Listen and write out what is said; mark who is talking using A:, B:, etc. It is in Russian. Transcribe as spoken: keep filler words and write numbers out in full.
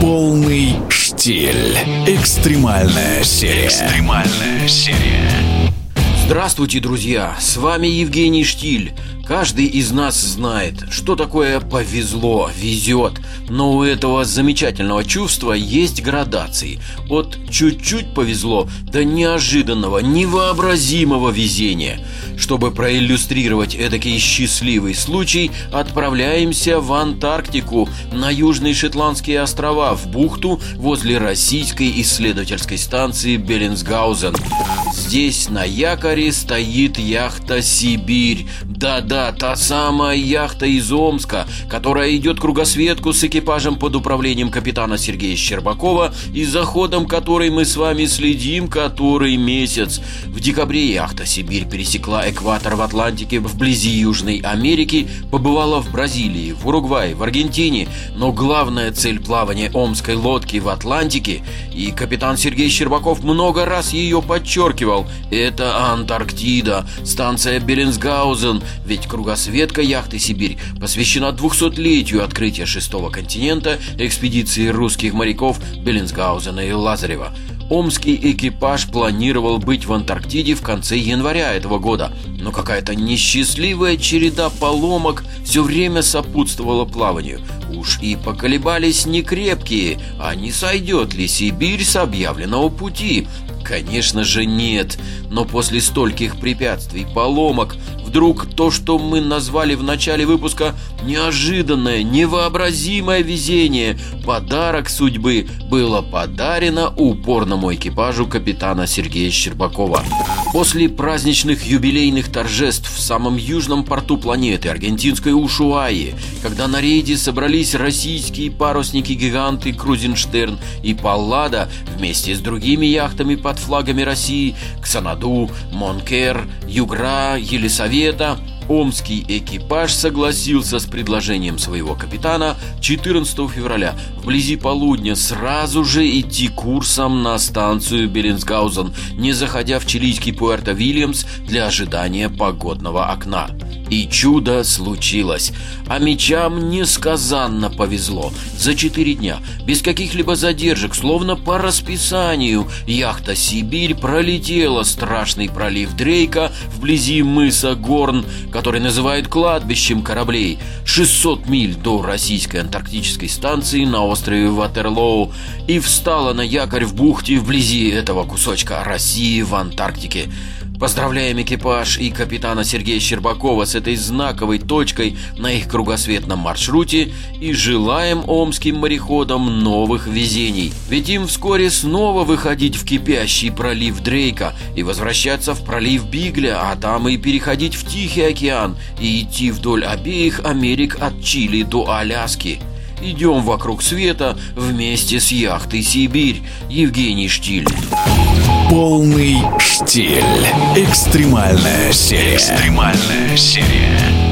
A: Полный штиль. Экстремальная серия. Экстремальная серия.
B: Здравствуйте, друзья! С вами Евгений Штиль. Каждый из нас знает, что такое повезло, везет. Но у этого замечательного чувства есть градации. От чуть-чуть повезло до неожиданного, невообразимого везения. Чтобы проиллюстрировать эдакий счастливый случай, отправляемся в Антарктику, на Южные Шетландские острова, в бухту возле российской исследовательской станции Беллинсгаузен. Здесь на якоре стоит яхта «Сибирь». Да-да, та самая яхта из Омска, которая идет кругосветку с экипажем под управлением капитана Сергея Щербакова и за ходом которой мы с вами следим который месяц. В декабре яхта «Сибирь» пересекла экватор в Атлантике вблизи Южной Америки, побывала в Бразилии, в Уругвае, в Аргентине, но главная цель плавания омской лодки в Атлантике, и капитан Сергей Щербаков много раз ее подчеркивал, это Антарктида, станция Беллинсгаузен, ведь кругосветка яхты «Сибирь» посвящена двухсотлетию открытия шестого континента экспедиции русских моряков Беллинсгаузена и Лазарева. Омский экипаж планировал быть в Антарктиде в конце января этого года, но какая-то несчастливая череда поломок все время сопутствовала плаванию. Уж и поколебались некрепкие, а не сойдет ли Сибирь с объявленного пути? Конечно же нет, но после стольких препятствий, поломок, вдруг то, что мы назвали в начале выпуска неожиданное, невообразимое везение, подарок судьбы, было подарено упорному экипажу капитана Сергея Щербакова. После праздничных юбилейных торжеств в самом южном порту планеты, аргентинской Ушуайе, когда на рейде собрались российские парусники-гиганты Крузенштерн и Паллада вместе с другими яхтами под флагами России, Ксанаду, Монкер, Югра, Елисавета, омский экипаж согласился с предложением своего капитана четырнадцатого февраля вблизи полудня сразу же идти курсом на станцию Беллинсгаузен, не заходя в чилийский Пуэрто-Вильямс для ожидания погодного окна. И чудо случилось. А мечам несказанно повезло. За четыре дня, без каких-либо задержек, словно по расписанию, яхта «Сибирь» пролетела страшный пролив Дрейка вблизи мыса Горн, который называют кладбищем кораблей, шестьсот миль до российской антарктической станции на острове Ватерлоу, и встала на якорь в бухте вблизи этого кусочка России в Антарктике. Поздравляем экипаж и капитана Сергея Щербакова с этой знаковой точкой на их кругосветном маршруте и желаем омским мореходам новых везений. Ведь им вскоре снова выходить в кипящий пролив Дрейка и возвращаться в пролив Бигля, а там и переходить в Тихий океан и идти вдоль обеих Америк от Чили до Аляски. Идем вокруг света вместе с яхтой «Сибирь». Евгений Штиль.
A: Полный штиль. Экстремальная серия. Экстремальная серия.